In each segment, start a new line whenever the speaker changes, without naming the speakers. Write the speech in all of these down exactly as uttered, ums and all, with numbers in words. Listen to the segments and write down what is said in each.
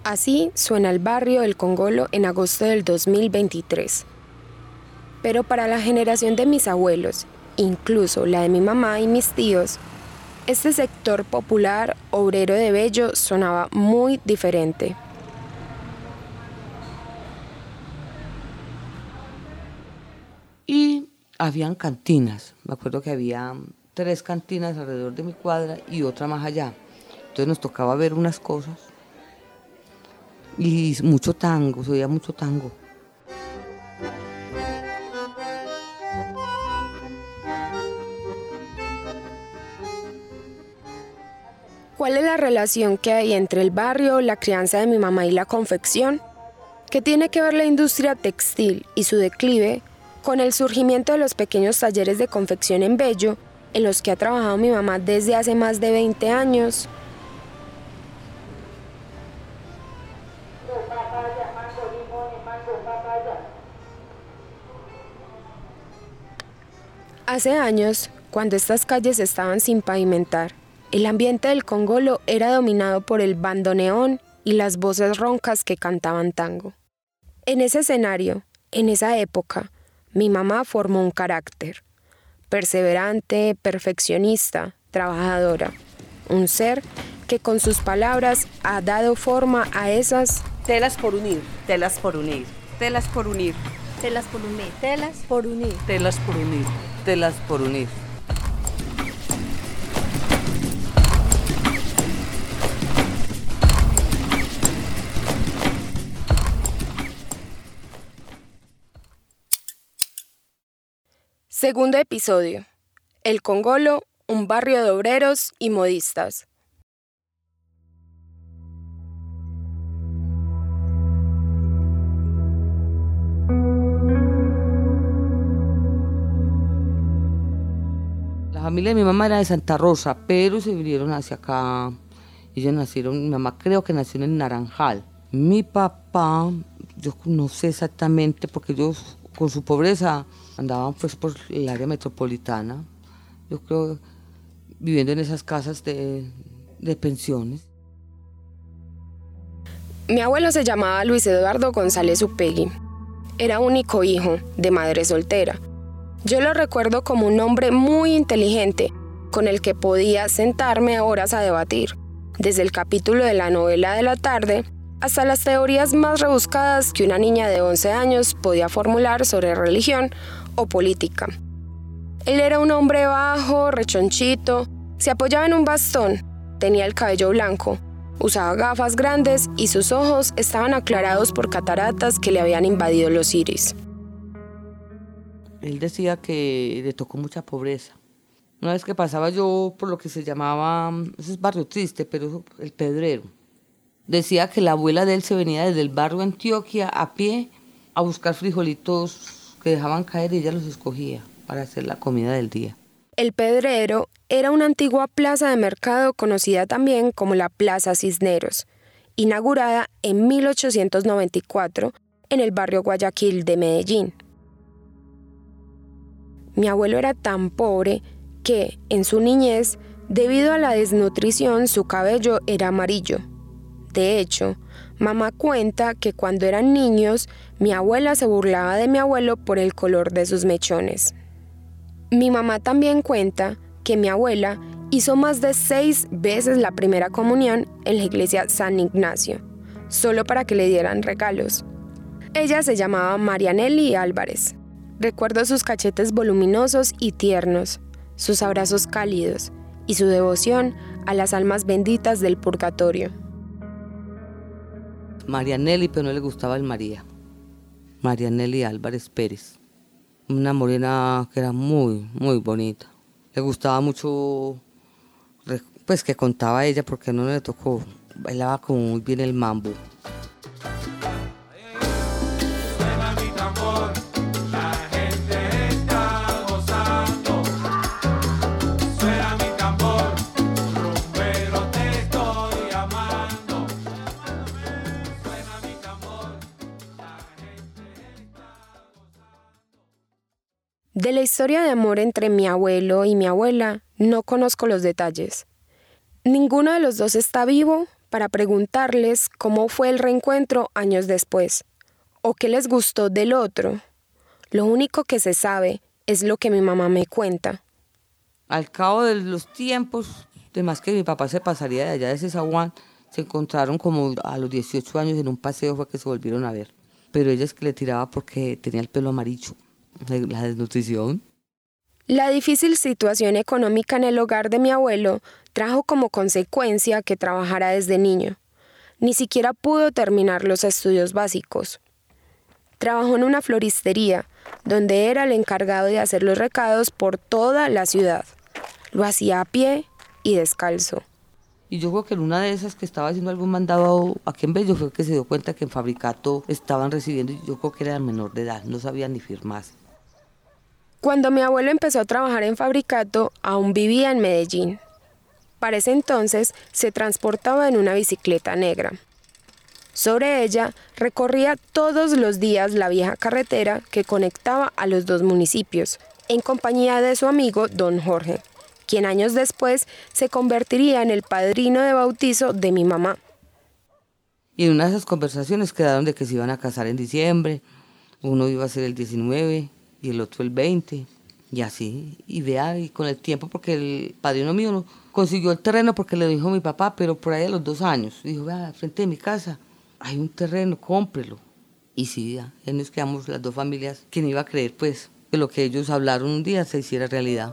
Así suena el barrio El Congolo en agosto del dos mil veintitrés. Pero para la generación de mis abuelos, incluso la de mi mamá y mis tíos, este sector popular obrero de Bello sonaba muy diferente.
Y habían cantinas. Me acuerdo que había tres cantinas alrededor de mi cuadra y otra más allá. Entonces nos tocaba ver unas cosas. Y mucho tango, se oía mucho tango.
¿Cuál es la relación que hay entre el barrio, la crianza de mi mamá y la confección? ¿Qué tiene que ver la industria textil y su declive con el surgimiento de los pequeños talleres de confección en Bello, en los que ha trabajado mi mamá desde hace más de veinte años? Hace años, cuando estas calles estaban sin pavimentar, el ambiente del Congolo era dominado por el bandoneón y las voces roncas que cantaban tango. En ese escenario, en esa época, mi mamá formó un carácter, perseverante, perfeccionista, trabajadora, un ser que con sus palabras ha dado forma a esas
telas por unir, telas por unir, telas por unir,
telas por unir, telas por unir,
telas por unir,
telas por unir.
Segundo episodio. El Congolo, un barrio de obreros y modistas.
La familia de mi mamá era de Santa Rosa, pero se vinieron hacia acá. Ellos nacieron, mi mamá creo que nació en Naranjal. Mi papá, yo no sé exactamente, porque ellos con su pobreza andaban pues por el área metropolitana, yo creo, viviendo en esas casas de, de pensiones.
Mi abuelo se llamaba Luis Eduardo González Upegui. Era único hijo de madre soltera. Yo lo recuerdo como un hombre muy inteligente, con el que podía sentarme horas a debatir, desde el capítulo de la novela de la tarde hasta las teorías más rebuscadas que una niña de once años podía formular sobre religión o política. Él era un hombre bajo, rechonchito, se apoyaba en un bastón, tenía el cabello blanco, usaba gafas grandes y sus ojos estaban aclarados por cataratas que le habían invadido los iris.
Él decía que le tocó mucha pobreza. Una vez que pasaba yo por lo que se llamaba, ese es barrio triste, pero el Pedrero. Decía que la abuela de él se venía desde el barrio Antioquia a pie a buscar frijolitos que dejaban caer y ella los escogía para hacer la comida del día.
El Pedrero era una antigua plaza de mercado conocida también como la Plaza Cisneros, inaugurada en mil ochocientos noventa y cuatro en el barrio Guayaquil de Medellín. Mi abuelo era tan pobre que, en su niñez, debido a la desnutrición, su cabello era amarillo. De hecho, mamá cuenta que cuando eran niños, mi abuela se burlaba de mi abuelo por el color de sus mechones. Mi mamá también cuenta que mi abuela hizo más de seis veces la primera comunión en la iglesia San Ignacio, solo para que le dieran regalos. Ella se llamaba Marianelli Álvarez. Recuerdo sus cachetes voluminosos y tiernos, sus abrazos cálidos y su devoción a las almas benditas del purgatorio.
Marianelli, pero no le gustaba el María. Marianelli Álvarez Pérez. Una morena que era muy, muy bonita. Le gustaba mucho, pues que contaba ella, porque no le tocó. Bailaba como muy bien el mambo.
De la historia de amor entre mi abuelo y mi abuela, no conozco los detalles. Ninguno de los dos está vivo, para preguntarles cómo fue el reencuentro años después, o qué les gustó del otro. Lo único que se sabe es lo que mi mamá me cuenta.
Al cabo de los tiempos, además que mi papá se pasaría de allá de ese zaguán, se encontraron como a los dieciocho años en un paseo, fue que se volvieron a ver. Pero ella es que le tiraba porque tenía el pelo amarillo, la desnutrición.
La difícil situación económica en el hogar de mi abuelo trajo como consecuencia que trabajara desde niño. Ni siquiera pudo terminar los estudios básicos. Trabajó en una floristería, donde era el encargado de hacer los recados por toda la ciudad. Lo hacía a pie y descalzo.
Y yo creo que en una de esas que estaba haciendo algún mandado aquí en Bello fue que se dio cuenta que en Fabricato estaban recibiendo, y yo creo que era menor de edad, no sabía ni firmar.
Cuando mi abuelo empezó a trabajar en Fabricato, aún vivía en Medellín. Para ese entonces se transportaba en una bicicleta negra. Sobre ella recorría todos los días la vieja carretera que conectaba a los dos municipios, en compañía de su amigo don Jorge, quien años después se convertiría en el padrino de bautizo de mi mamá.
Y en una de esas conversaciones quedaron de que se iban a casar en diciembre, uno iba a ser el diecinueve y el otro el veinte, y así, y vea, y con el tiempo, porque el padrino mío no consiguió el terreno porque le dijo a mi papá, pero por ahí a los dos años, dijo, vea, frente de mi casa hay un terreno, cómprelo. Y sí, ya, ya nos quedamos las dos familias. ¿Quién iba a creer, pues, que lo que ellos hablaron un día se hiciera realidad?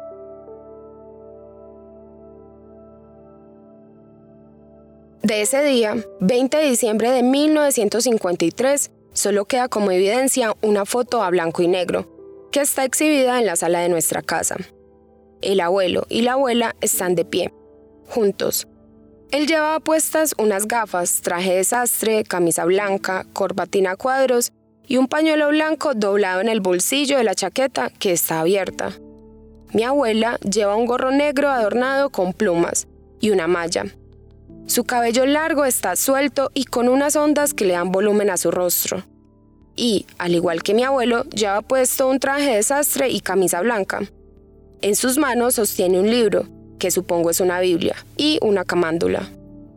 De ese día, veinte de diciembre de mil novecientos cincuenta y tres, solo queda como evidencia una foto a blanco y negro, que está exhibida en la sala de nuestra casa. El abuelo y la abuela están de pie, juntos. Él llevaba puestas unas gafas, traje de sastre, camisa blanca, corbatina a cuadros y un pañuelo blanco doblado en el bolsillo de la chaqueta que está abierta. Mi abuela lleva un gorro negro adornado con plumas y una malla. Su cabello largo está suelto y con unas ondas que le dan volumen a su rostro. Y, al igual que mi abuelo, lleva puesto un traje de sastre y camisa blanca. En sus manos sostiene un libro, que supongo es una Biblia, y una camándula.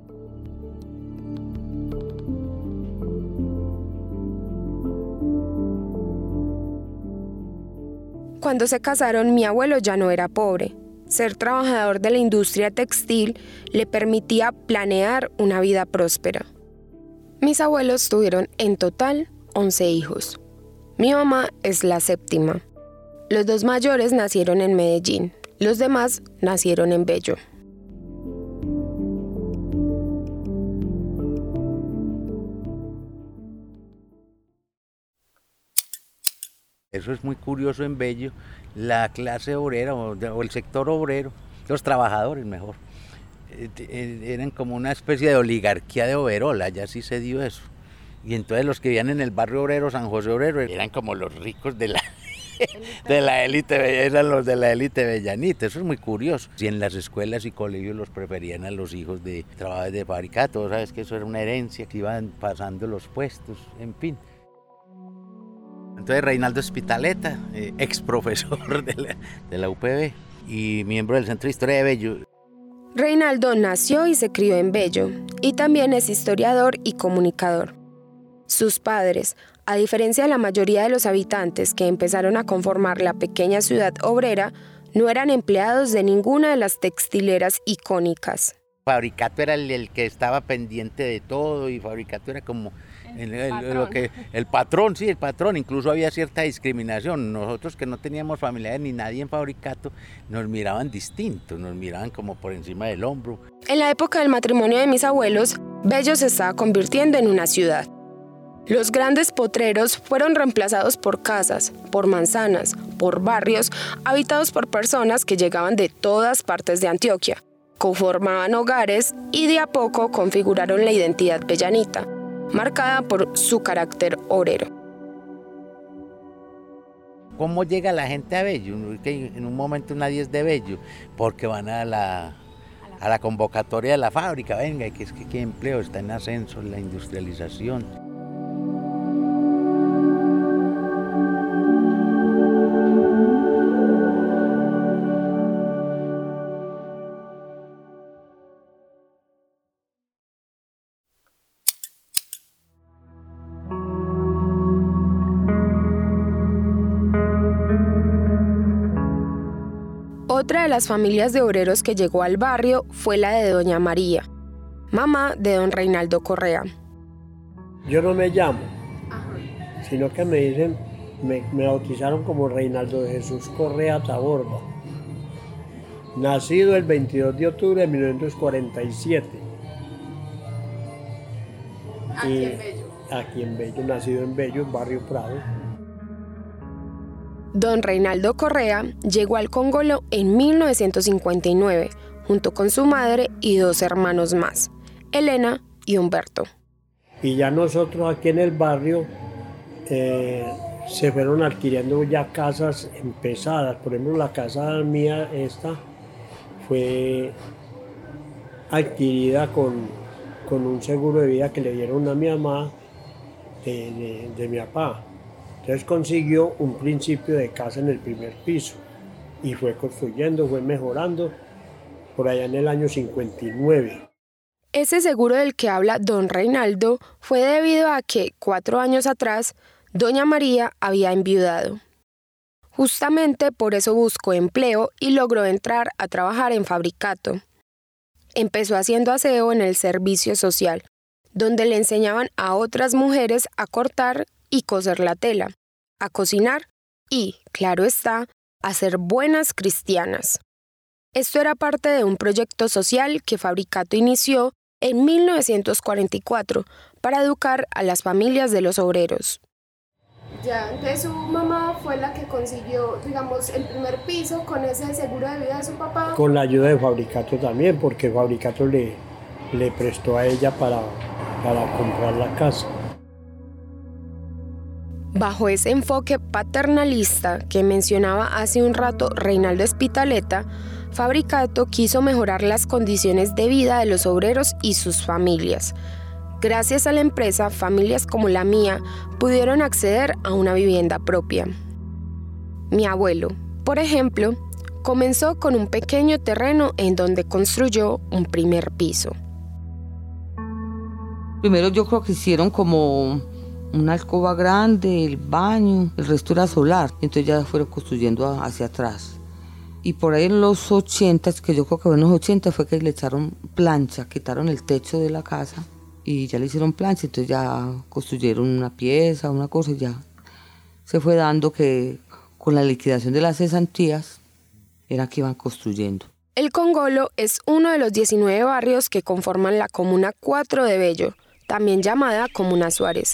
Cuando se casaron, mi abuelo ya no era pobre. Ser trabajador de la industria textil le permitía planear una vida próspera. Mis abuelos tuvieron en total once hijos. Mi mamá es la séptima. Los dos mayores nacieron en Medellín, los demás nacieron en Bello.
Eso es muy curioso en Bello, la clase obrera o, o el sector obrero, los trabajadores mejor, eh, eran como una especie de oligarquía de overol, allá sí se dio eso. Y entonces los que vivían en el barrio obrero, San José Obrero, eran como los ricos de la de la élite, eran los de la élite bellanita, eso es muy curioso. Y en las escuelas y colegios los preferían a los hijos de trabajadores de Fabricato, sabes que eso era una herencia, que iban pasando los puestos, en fin. Entonces Reinaldo Espitaleta, eh, ex profesor de la, de la U P B y miembro del Centro de Historia de Bello.
Reinaldo nació y se crió en Bello, y también es historiador y comunicador. Sus padres, a diferencia de la mayoría de los habitantes que empezaron a conformar la pequeña ciudad obrera, no eran empleados de ninguna de las textileras icónicas.
Fabricato era el, el que estaba pendiente de todo y Fabricato era como el, el, el, lo que, el patrón, sí, el patrón. Incluso había cierta discriminación. Nosotros que no teníamos familiares ni nadie en Fabricato, nos miraban distintos, nos miraban como por encima del hombro.
En la época del matrimonio de mis abuelos, Bello se estaba convirtiendo en una ciudad. Los grandes potreros fueron reemplazados por casas, por manzanas, por barrios habitados por personas que llegaban de todas partes de Antioquia, conformaban hogares y de a poco configuraron la identidad bellanita, marcada por su carácter obrero.
¿Cómo llega la gente a Bello? Que en un momento nadie es de Bello, porque van a la, a la convocatoria de la fábrica, venga, que es que qué empleo, está en ascenso, la industrialización.
de las familias de obreros que llegó al barrio fue la de doña María, mamá de don Reinaldo Correa.
Yo no me llamo, sino que me dicen, me, me bautizaron como Reinaldo de Jesús Correa Taborda. Nacido el veintidós de octubre de mil novecientos cuarenta y siete.
Aquí y en Bello.
Aquí en Bello, nacido en Bello, barrio Prado.
Don Reinaldo Correa llegó al Congolo en mil novecientos cincuenta y nueve, junto con su madre y dos hermanos más, Elena y Humberto.
Y ya nosotros aquí en el barrio eh, se fueron adquiriendo ya casas empezadas. Por ejemplo, la casa mía esta fue adquirida con, con un seguro de vida que le dieron a mi mamá de, de, de mi papá. Entonces consiguió un principio de casa en el primer piso y fue construyendo, fue mejorando por allá en el año cincuenta y nueve.
Ese seguro del que habla don Reinaldo fue debido a que, cuatro años atrás, doña María había enviudado. Justamente por eso buscó empleo y logró entrar a trabajar en Fabricato. Empezó haciendo aseo en el servicio social, donde le enseñaban a otras mujeres a cortar y coser la tela, a cocinar y, claro está, a ser buenas cristianas. Esto era parte de un proyecto social que Fabricato inició en mil novecientos cuarenta y cuatro para educar a las familias de los obreros.
Ya, entonces su mamá fue la que consiguió, digamos, el primer piso con ese seguro de vida de su papá.
Con la ayuda de Fabricato también, porque Fabricato le, le prestó a ella para, para comprar la casa.
Bajo ese enfoque paternalista que mencionaba hace un rato Reinaldo Espitaleta, Fabricato quiso mejorar las condiciones de vida de los obreros y sus familias. Gracias a la empresa, familias como la mía pudieron acceder a una vivienda propia. Mi abuelo, por ejemplo, comenzó con un pequeño terreno en donde construyó un primer piso.
Primero yo creo que hicieron como una alcoba grande, el baño, el resto era solar, entonces ya fueron construyendo hacia atrás. Y por ahí en los ochenta, que yo creo que en los ochenta fue que le echaron plancha, quitaron el techo de la casa y ya le hicieron plancha, entonces ya construyeron una pieza, una cosa y ya se fue dando que con la liquidación de las cesantías era que iban construyendo.
El Congolo es uno de los diecinueve barrios que conforman la Comuna cuatro de Bello, también llamada Comuna Suárez.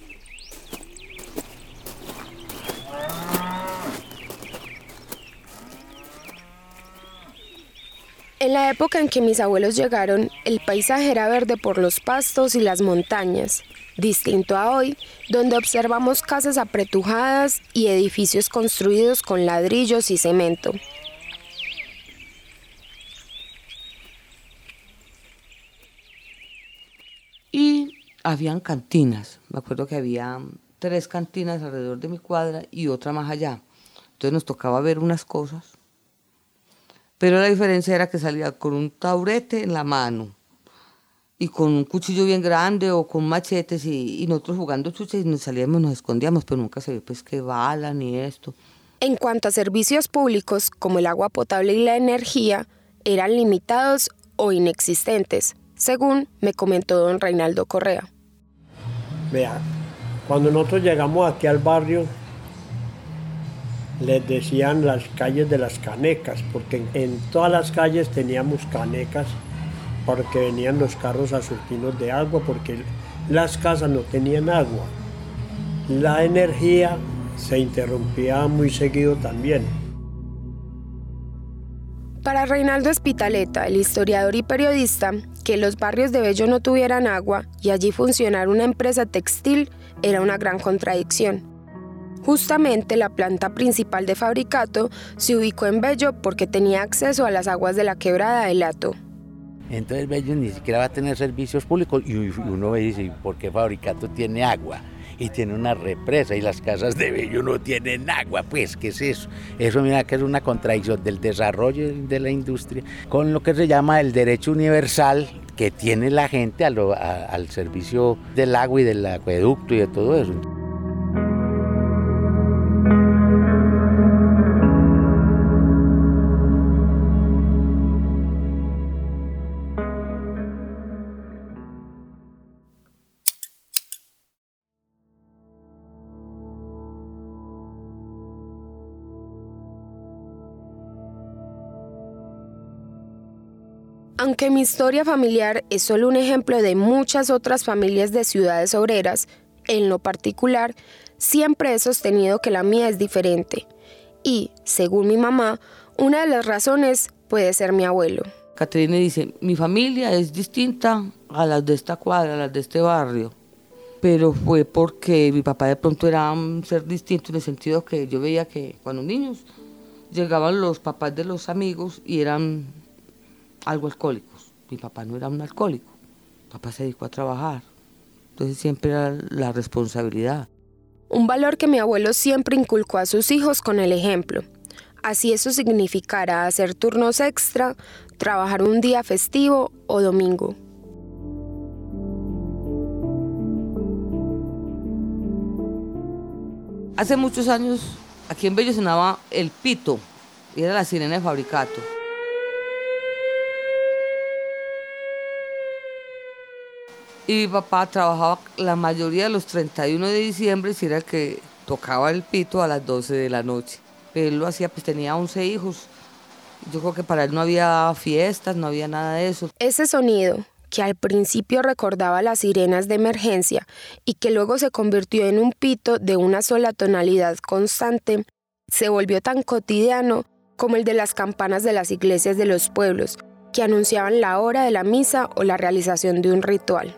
En la época en que mis abuelos llegaron, el paisaje era verde por los pastos y las montañas, distinto a hoy, donde observamos casas apretujadas y edificios construidos con ladrillos y cemento.
Y habían cantinas, me acuerdo que había tres cantinas alrededor de mi cuadra y otra más allá, entonces nos tocaba ver unas cosas. Pero la diferencia era que salía con un taburete en la mano y con un cuchillo bien grande o con machetes y, y nosotros jugando chuches y nos salíamos, nos escondíamos, pero nunca se vio pues que bala ni esto.
En cuanto a servicios públicos, como el agua potable y la energía, eran limitados o inexistentes, según me comentó don Reinaldo Correa.
Vea, cuando nosotros llegamos aquí al barrio, les decían las calles de las canecas, porque en todas las calles teníamos canecas porque venían los carros a surtirnos de agua, porque las casas no tenían agua. La energía se interrumpía muy seguido también.
Para Reinaldo Espitaleta, el historiador y periodista, que los barrios de Bello no tuvieran agua y allí funcionara una empresa textil era una gran contradicción. Justamente la planta principal de Fabricato se ubicó en Bello porque tenía acceso a las aguas de la quebrada del Hato.
Entonces Bello ni siquiera va a tener servicios públicos y uno dice, ¿por qué Fabricato tiene agua? Y tiene una represa y las casas de Bello no tienen agua, pues, ¿qué es eso? Eso mira que es una contradicción del desarrollo de la industria con lo que se llama el derecho universal que tiene la gente a lo, a, al servicio del agua y del acueducto y de todo eso.
Aunque mi historia familiar es solo un ejemplo de muchas otras familias de ciudades obreras, en lo particular, siempre he sostenido que la mía es diferente. Y, según mi mamá, una de las razones puede ser mi abuelo.
Caterine dice, mi familia es distinta a las de esta cuadra, a las de este barrio. Pero fue porque mi papá de pronto era un ser distinto en el sentido que yo veía que cuando niños llegaban los papás de los amigos y eran algo alcohólicos. Mi papá no era un alcohólico, mi papá se dedicó a trabajar, entonces siempre era la responsabilidad.
Un valor que mi abuelo siempre inculcó a sus hijos con el ejemplo. Así eso significara hacer turnos extra, trabajar un día festivo o domingo.
Hace muchos años aquí en Bello sonaba el pito y era la sirena de Fabricato. Y mi papá trabajaba la mayoría de los treinta y uno de diciembre y era el que tocaba el pito a las doce de la noche. Él lo hacía, pues tenía once hijos. Yo creo que para él no había fiestas, no había nada de eso.
Ese sonido, que al principio recordaba las sirenas de emergencia y que luego se convirtió en un pito de una sola tonalidad constante, se volvió tan cotidiano como el de las campanas de las iglesias de los pueblos, que anunciaban la hora de la misa o la realización de un ritual.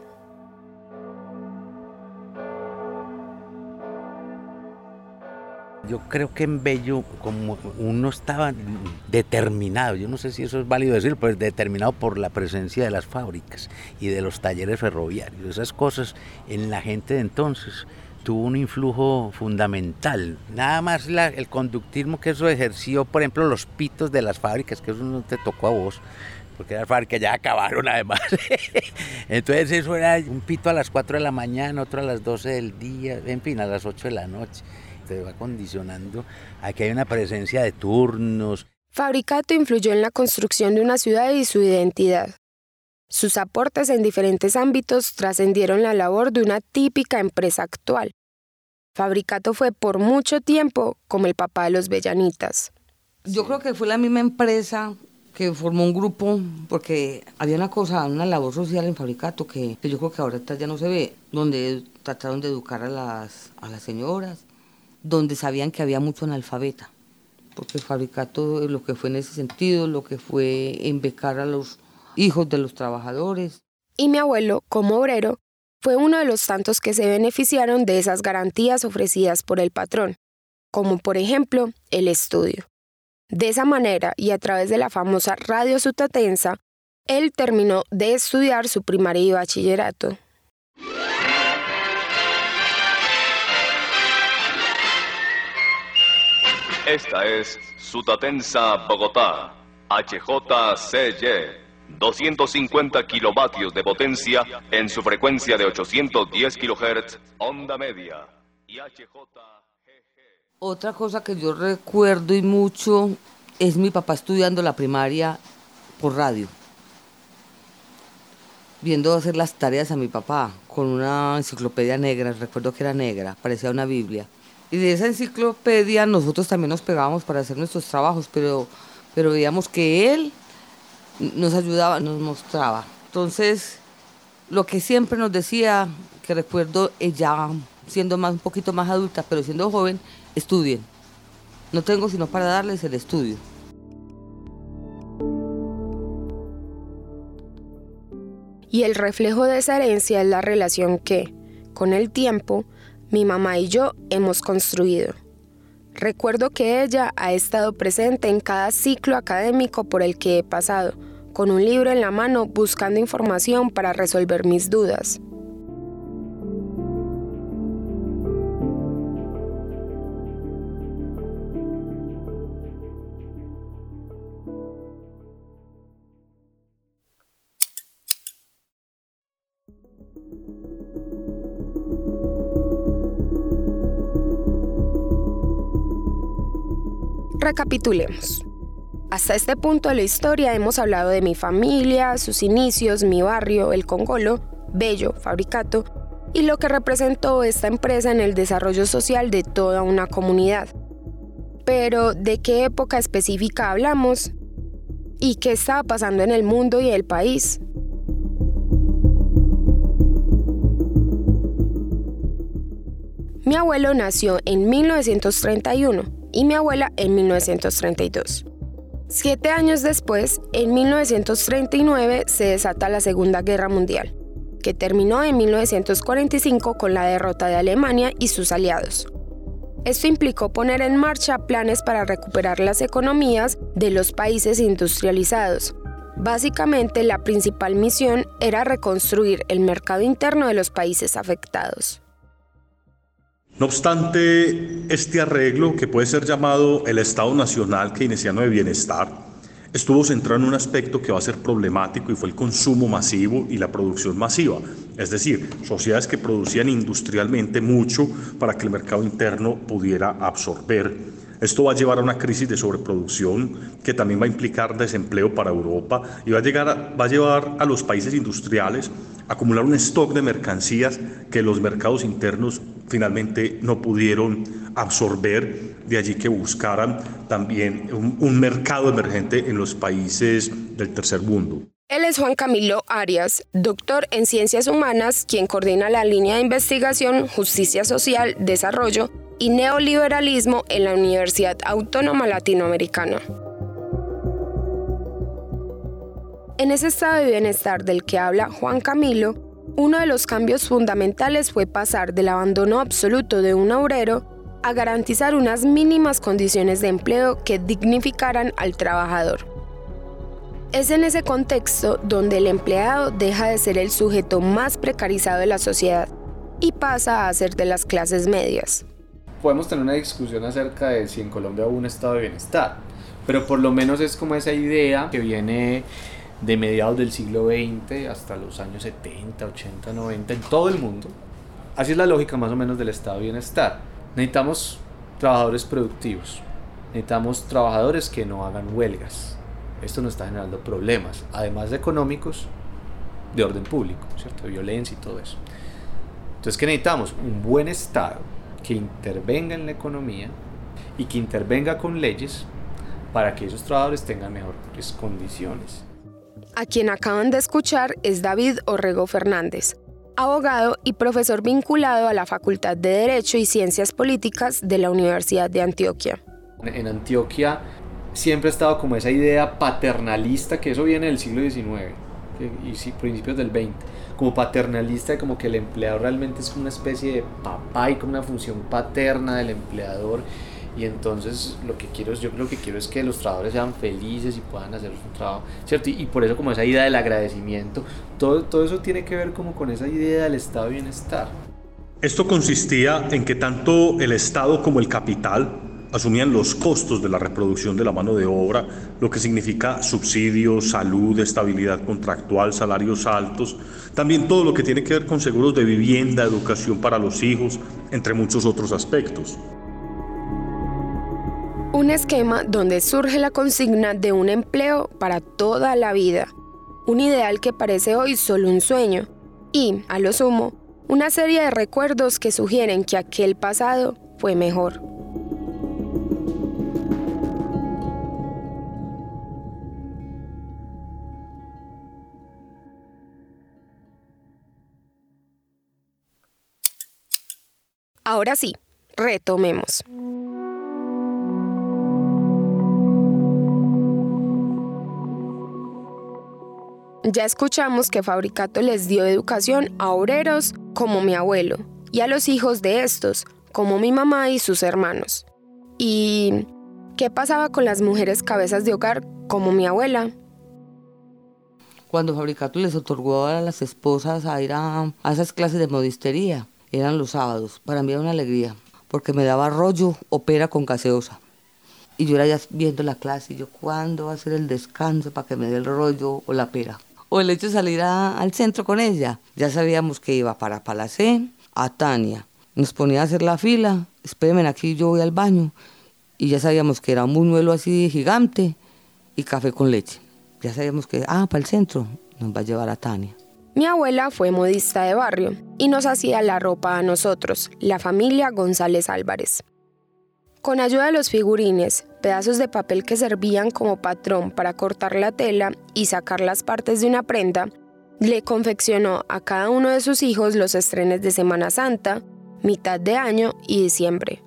Yo creo que en Bello, como uno estaba determinado, yo no sé si eso es válido decir, pero determinado por la presencia de las fábricas y de los talleres ferroviarios. Esas cosas en la gente de entonces tuvo un influjo fundamental. Nada más la, el conductismo que eso ejerció, por ejemplo, los pitos de las fábricas, que eso no te tocó a vos, porque las fábricas ya acabaron además. Entonces eso era un pito a las cuatro de la mañana, otro a las doce del día, en fin, a las ocho de la noche. Te va condicionando a que hay una presencia de turnos.
Fabricato influyó en la construcción de una ciudad y su identidad. Sus aportes en diferentes ámbitos trascendieron la labor de una típica empresa actual. Fabricato fue por mucho tiempo como el papá de los bellanitas.
Yo creo que fue la misma empresa que formó un grupo, porque había una cosa, una labor social en Fabricato que, que yo creo que ahora ya no se ve, donde trataron de educar a las, a las señoras, donde sabían que había mucho analfabeta, porque el Fabricato lo que fue en ese sentido, lo que fue en becar a los hijos de los trabajadores.
Y mi abuelo, como obrero, fue uno de los tantos que se beneficiaron de esas garantías ofrecidas por el patrón, como por ejemplo el estudio. De esa manera, y a través de la famosa Radio Sutatensa, él terminó de estudiar su primaria y bachillerato.
Esta es Sutatensa Bogotá, H J C Y, doscientos cincuenta kilovatios de potencia en su frecuencia de ochocientos diez kilohertz, onda media, y H J G G.
Otra cosa que yo recuerdo y mucho es mi papá estudiando la primaria por radio, viendo hacer las tareas a mi papá con una enciclopedia negra, recuerdo que era negra, parecía una Biblia. Y de esa enciclopedia nosotros también nos pegábamos para hacer nuestros trabajos, pero, pero veíamos que él nos ayudaba, nos mostraba. Entonces, lo que siempre nos decía, que recuerdo ya siendo más, un poquito más adulta, pero siendo joven, estudien. No tengo sino para darles el estudio.
Y el reflejo de esa herencia es la relación que, con el tiempo, mi mamá y yo hemos construido. Recuerdo que ella ha estado presente en cada ciclo académico por el que he pasado, con un libro en la mano buscando información para resolver mis dudas. Recapitulemos. Hasta este punto de la historia hemos hablado de mi familia, sus inicios, mi barrio, el Congolo, Bello, Fabricato, y lo que representó esta empresa en el desarrollo social de toda una comunidad. Pero, ¿de qué época específica hablamos? ¿Y qué estaba pasando en el mundo y el país? Mi abuelo nació en mil novecientos treinta y uno y mi abuela en mil novecientos treinta y dos. Siete años después, en mil novecientos treinta y nueve, se desata la Segunda Guerra Mundial, que terminó en mil novecientos cuarenta y cinco con la derrota de Alemania y sus aliados. Esto implicó poner en marcha planes para recuperar las economías de los países industrializados. Básicamente, la principal misión era reconstruir el mercado interno de los países afectados.
No obstante, este arreglo, que puede ser llamado el Estado Nacional Keynesiano de Bienestar, estuvo centrado en un aspecto que va a ser problemático y fue el consumo masivo y la producción masiva. Es decir, sociedades que producían industrialmente mucho para que el mercado interno pudiera absorber. Esto va a llevar a una crisis de sobreproducción que también va a implicar desempleo para Europa y va a, llegar a, va a llevar a los países industriales a acumular un stock de mercancías que los mercados internos finalmente no pudieron absorber, de allí que buscaran también un, un mercado emergente en los países del tercer mundo.
Él es Juan Camilo Arias, doctor en Ciencias Humanas, quien coordina la línea de investigación Justicia Social, Desarrollo y Neoliberalismo en la Universidad Autónoma Latinoamericana. En ese estado de bienestar del que habla Juan Camilo, uno de los cambios fundamentales fue pasar del abandono absoluto de un obrero a garantizar unas mínimas condiciones de empleo que dignificaran al trabajador. Es en ese contexto donde el empleado deja de ser el sujeto más precarizado de la sociedad y pasa a ser de las clases medias.
Podemos tener una discusión acerca de si en Colombia hubo un estado de bienestar, pero por lo menos es como esa idea que viene de mediados del siglo veinte hasta los años setenta, ochenta, noventa en todo el mundo. Así es la lógica más o menos del estado de bienestar. Necesitamos trabajadores productivos, necesitamos trabajadores que no hagan huelgas. Esto nos está generando problemas, además de económicos, de orden público, ¿cierto? De violencia y todo eso. Entonces, ¿qué necesitamos? Un buen Estado que intervenga en la economía y que intervenga con leyes para que esos trabajadores tengan mejores condiciones.
A quien acaban de escuchar es David Orrego Fernández, abogado y profesor vinculado a la Facultad de Derecho y Ciencias Políticas de la Universidad de Antioquia.
En Antioquia siempre ha estado como esa idea paternalista, que eso viene del siglo diecinueve y sí, principios del veinte, como paternalista, como que el empleador realmente es como una especie de papá y como una función paterna del empleador. Y entonces lo que quiero es, yo creo que quiero es que los trabajadores sean felices y puedan hacer su trabajo, ¿cierto? Y, y por eso como esa idea del agradecimiento, todo, todo eso tiene que ver como con esa idea del estado de bienestar.
Esto consistía en que tanto el Estado como el capital asumían los costos de la reproducción de la mano de obra, lo que significa subsidios, salud, estabilidad contractual, salarios altos, también todo lo que tiene que ver con seguros de vivienda, educación para los hijos, entre muchos otros aspectos.
Un esquema donde surge la consigna de un empleo para toda la vida, un ideal que parece hoy solo un sueño y, a lo sumo, una serie de recuerdos que sugieren que aquel pasado fue mejor. Ahora sí, retomemos. Ya escuchamos que Fabricato les dio educación a obreros como mi abuelo y a los hijos de estos como mi mamá y sus hermanos. ¿Y qué pasaba con las mujeres cabezas de hogar como mi abuela?
Cuando Fabricato les otorgó a las esposas a ir a, a esas clases de modistería, eran los sábados. Para mí era una alegría, porque me daba rollo o pera con gaseosa. Y yo era ya viendo la clase, y yo, ¿cuándo va a ser el descanso para que me dé el rollo o la pera? O el hecho de salir a, al centro con ella. Ya sabíamos que iba para Palacé, a Tania. Nos ponía a hacer la fila, espérenme aquí, yo voy al baño. Y ya sabíamos que era un buñuelo así gigante y café con leche. Ya sabíamos que, ah, para el centro, nos va a llevar a Tania.
Mi abuela fue modista de barrio y nos hacía la ropa a nosotros, la familia González Álvarez. Con ayuda de los figurines, pedazos de papel que servían como patrón para cortar la tela y sacar las partes de una prenda, le confeccionó a cada uno de sus hijos los estrenos de Semana Santa, mitad de año y diciembre.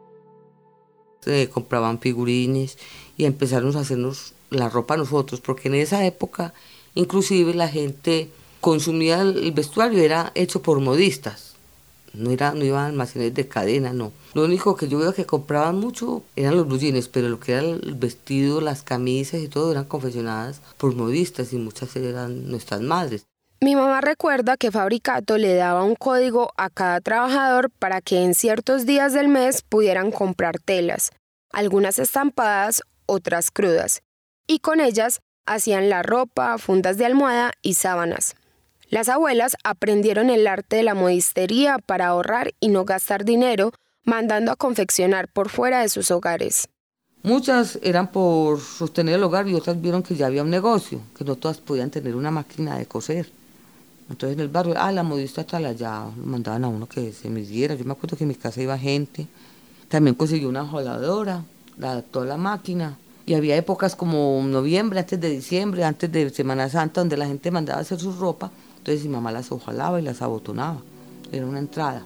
Se compraban figurines y empezaron a hacernos la ropa nosotros, porque en esa época inclusive la gente consumía el vestuario, era hecho por modistas, no, era, no iban a almacenes de cadena, no. Lo único que yo veo que compraban mucho eran los blue jeans, pero lo que era el vestido, las camisas y todo eran confeccionadas por modistas y muchas eran nuestras madres.
Mi mamá recuerda que Fabricato le daba un código a cada trabajador para que en ciertos días del mes pudieran comprar telas, algunas estampadas, otras crudas, y con ellas hacían la ropa, fundas de almohada y sábanas. Las abuelas aprendieron el arte de la modistería para ahorrar y no gastar dinero, mandando a confeccionar por fuera de sus hogares.
Muchas eran por sostener el hogar y otras vieron que ya había un negocio, que no todas podían tener una máquina de coser. Entonces en el barrio, ah, la modista tal allá, lo mandaban a uno que se midiera. Yo me acuerdo que en mi casa iba gente. También consiguió una joladora, la adaptó a la máquina. Y había épocas como noviembre, antes de diciembre, antes de Semana Santa, donde la gente mandaba a hacer su ropa. Entonces mi mamá las hojalaba y las abotonaba. Era una entrada.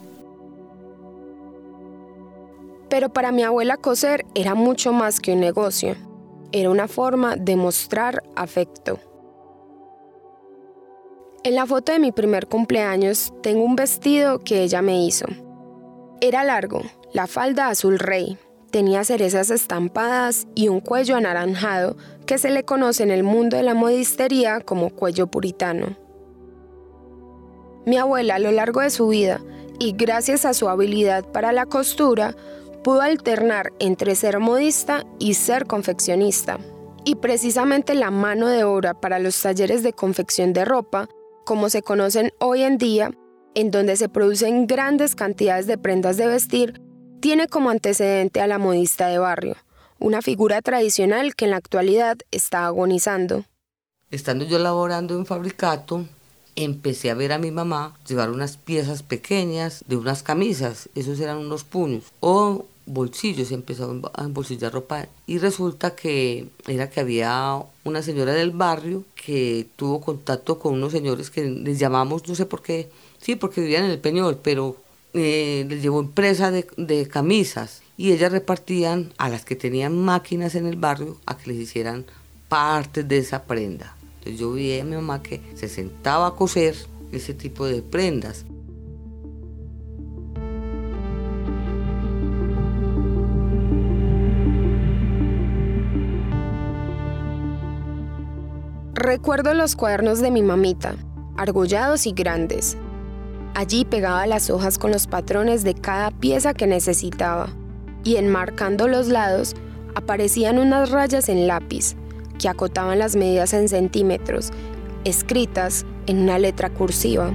Pero para mi abuela coser era mucho más que un negocio. Era una forma de mostrar afecto. En la foto de mi primer cumpleaños tengo un vestido que ella me hizo. Era largo, la falda azul rey, tenía cerezas estampadas y un cuello anaranjado que se le conoce en el mundo de la modistería como cuello puritano. Mi abuela a lo largo de su vida, y gracias a su habilidad para la costura, pudo alternar entre ser modista y ser confeccionista. Y precisamente la mano de obra para los talleres de confección de ropa, como se conocen hoy en día, en donde se producen grandes cantidades de prendas de vestir, tiene como antecedente a la modista de barrio, una figura tradicional que en la actualidad está agonizando.
Estando yo laborando en Fabricato, empecé a ver a mi mamá llevar unas piezas pequeñas de unas camisas, esos eran unos puños, o bolsillos, empezó a embolsillar ropa y resulta que era que había una señora del barrio que tuvo contacto con unos señores que les llamamos, no sé por qué, sí, porque vivían en el Peñol, pero eh, les llevó empresa de, de camisas y ellas repartían a las que tenían máquinas en el barrio a que les hicieran partes de esa prenda. Entonces yo vi a mi mamá que se sentaba a coser ese tipo de prendas.
Recuerdo los cuadernos de mi mamita, argollados y grandes. Allí pegaba las hojas con los patrones de cada pieza que necesitaba, y enmarcando los lados aparecían unas rayas en lápiz que acotaban las medidas en centímetros, escritas en una letra cursiva.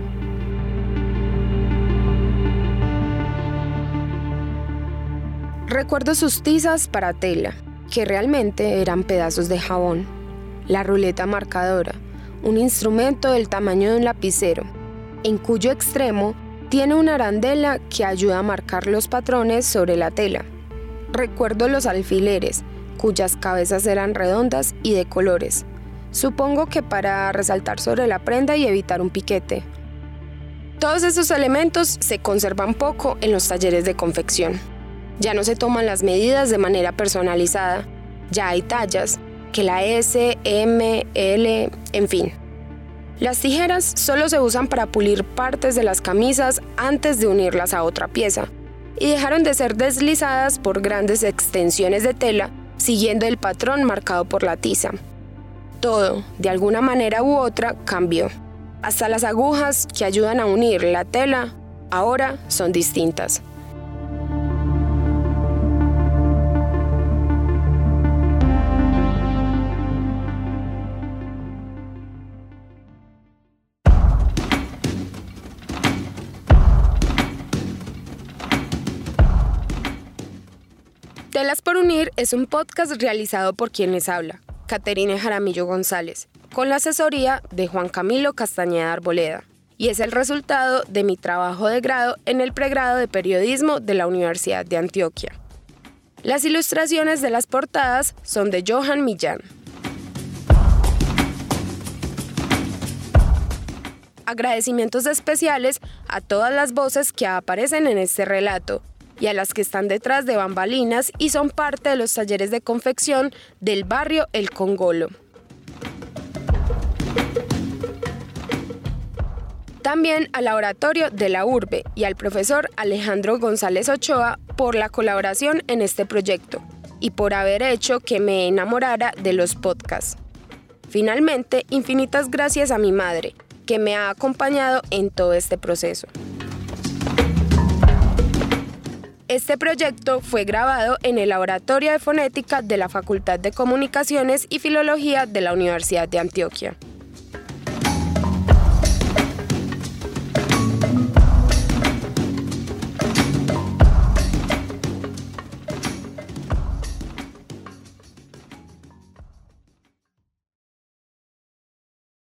Recuerdo sus tizas para tela, que realmente eran pedazos de jabón. La ruleta marcadora, un instrumento del tamaño de un lapicero, en cuyo extremo tiene una arandela que ayuda a marcar los patrones sobre la tela. Recuerdo los alfileres, cuyas cabezas eran redondas y de colores, supongo que para resaltar sobre la prenda y evitar un piquete. Todos esos elementos se conservan poco en los talleres de confección. Ya no se toman las medidas de manera personalizada, ya hay tallas, que la S, M, L, en fin. Las tijeras solo se usan para pulir partes de las camisas antes de unirlas a otra pieza, y dejaron de ser deslizadas por grandes extensiones de tela, siguiendo el patrón marcado por la tiza. Todo, de alguna manera u otra, cambió. Hasta las agujas que ayudan a unir la tela, ahora son distintas. Telas por Unir es un podcast realizado por quien les habla, Caterine Jaramillo González, con la asesoría de Juan Camilo Castañeda Arboleda, y es el resultado de mi trabajo de grado en el pregrado de periodismo de la Universidad de Antioquia. Las ilustraciones de las portadas son de Johan Millán. Agradecimientos especiales a todas las voces que aparecen en este relato y a las que están detrás de bambalinas y son parte de los talleres de confección del barrio El Congolo. También al Laboratorio de la Urbe y al profesor Alejandro González Ochoa por la colaboración en este proyecto y por haber hecho que me enamorara de los podcasts. Finalmente, infinitas gracias a mi madre, que me ha acompañado en todo este proceso. Este proyecto fue grabado en el Laboratorio de Fonética de la Facultad de Comunicaciones y Filología de la Universidad de Antioquia.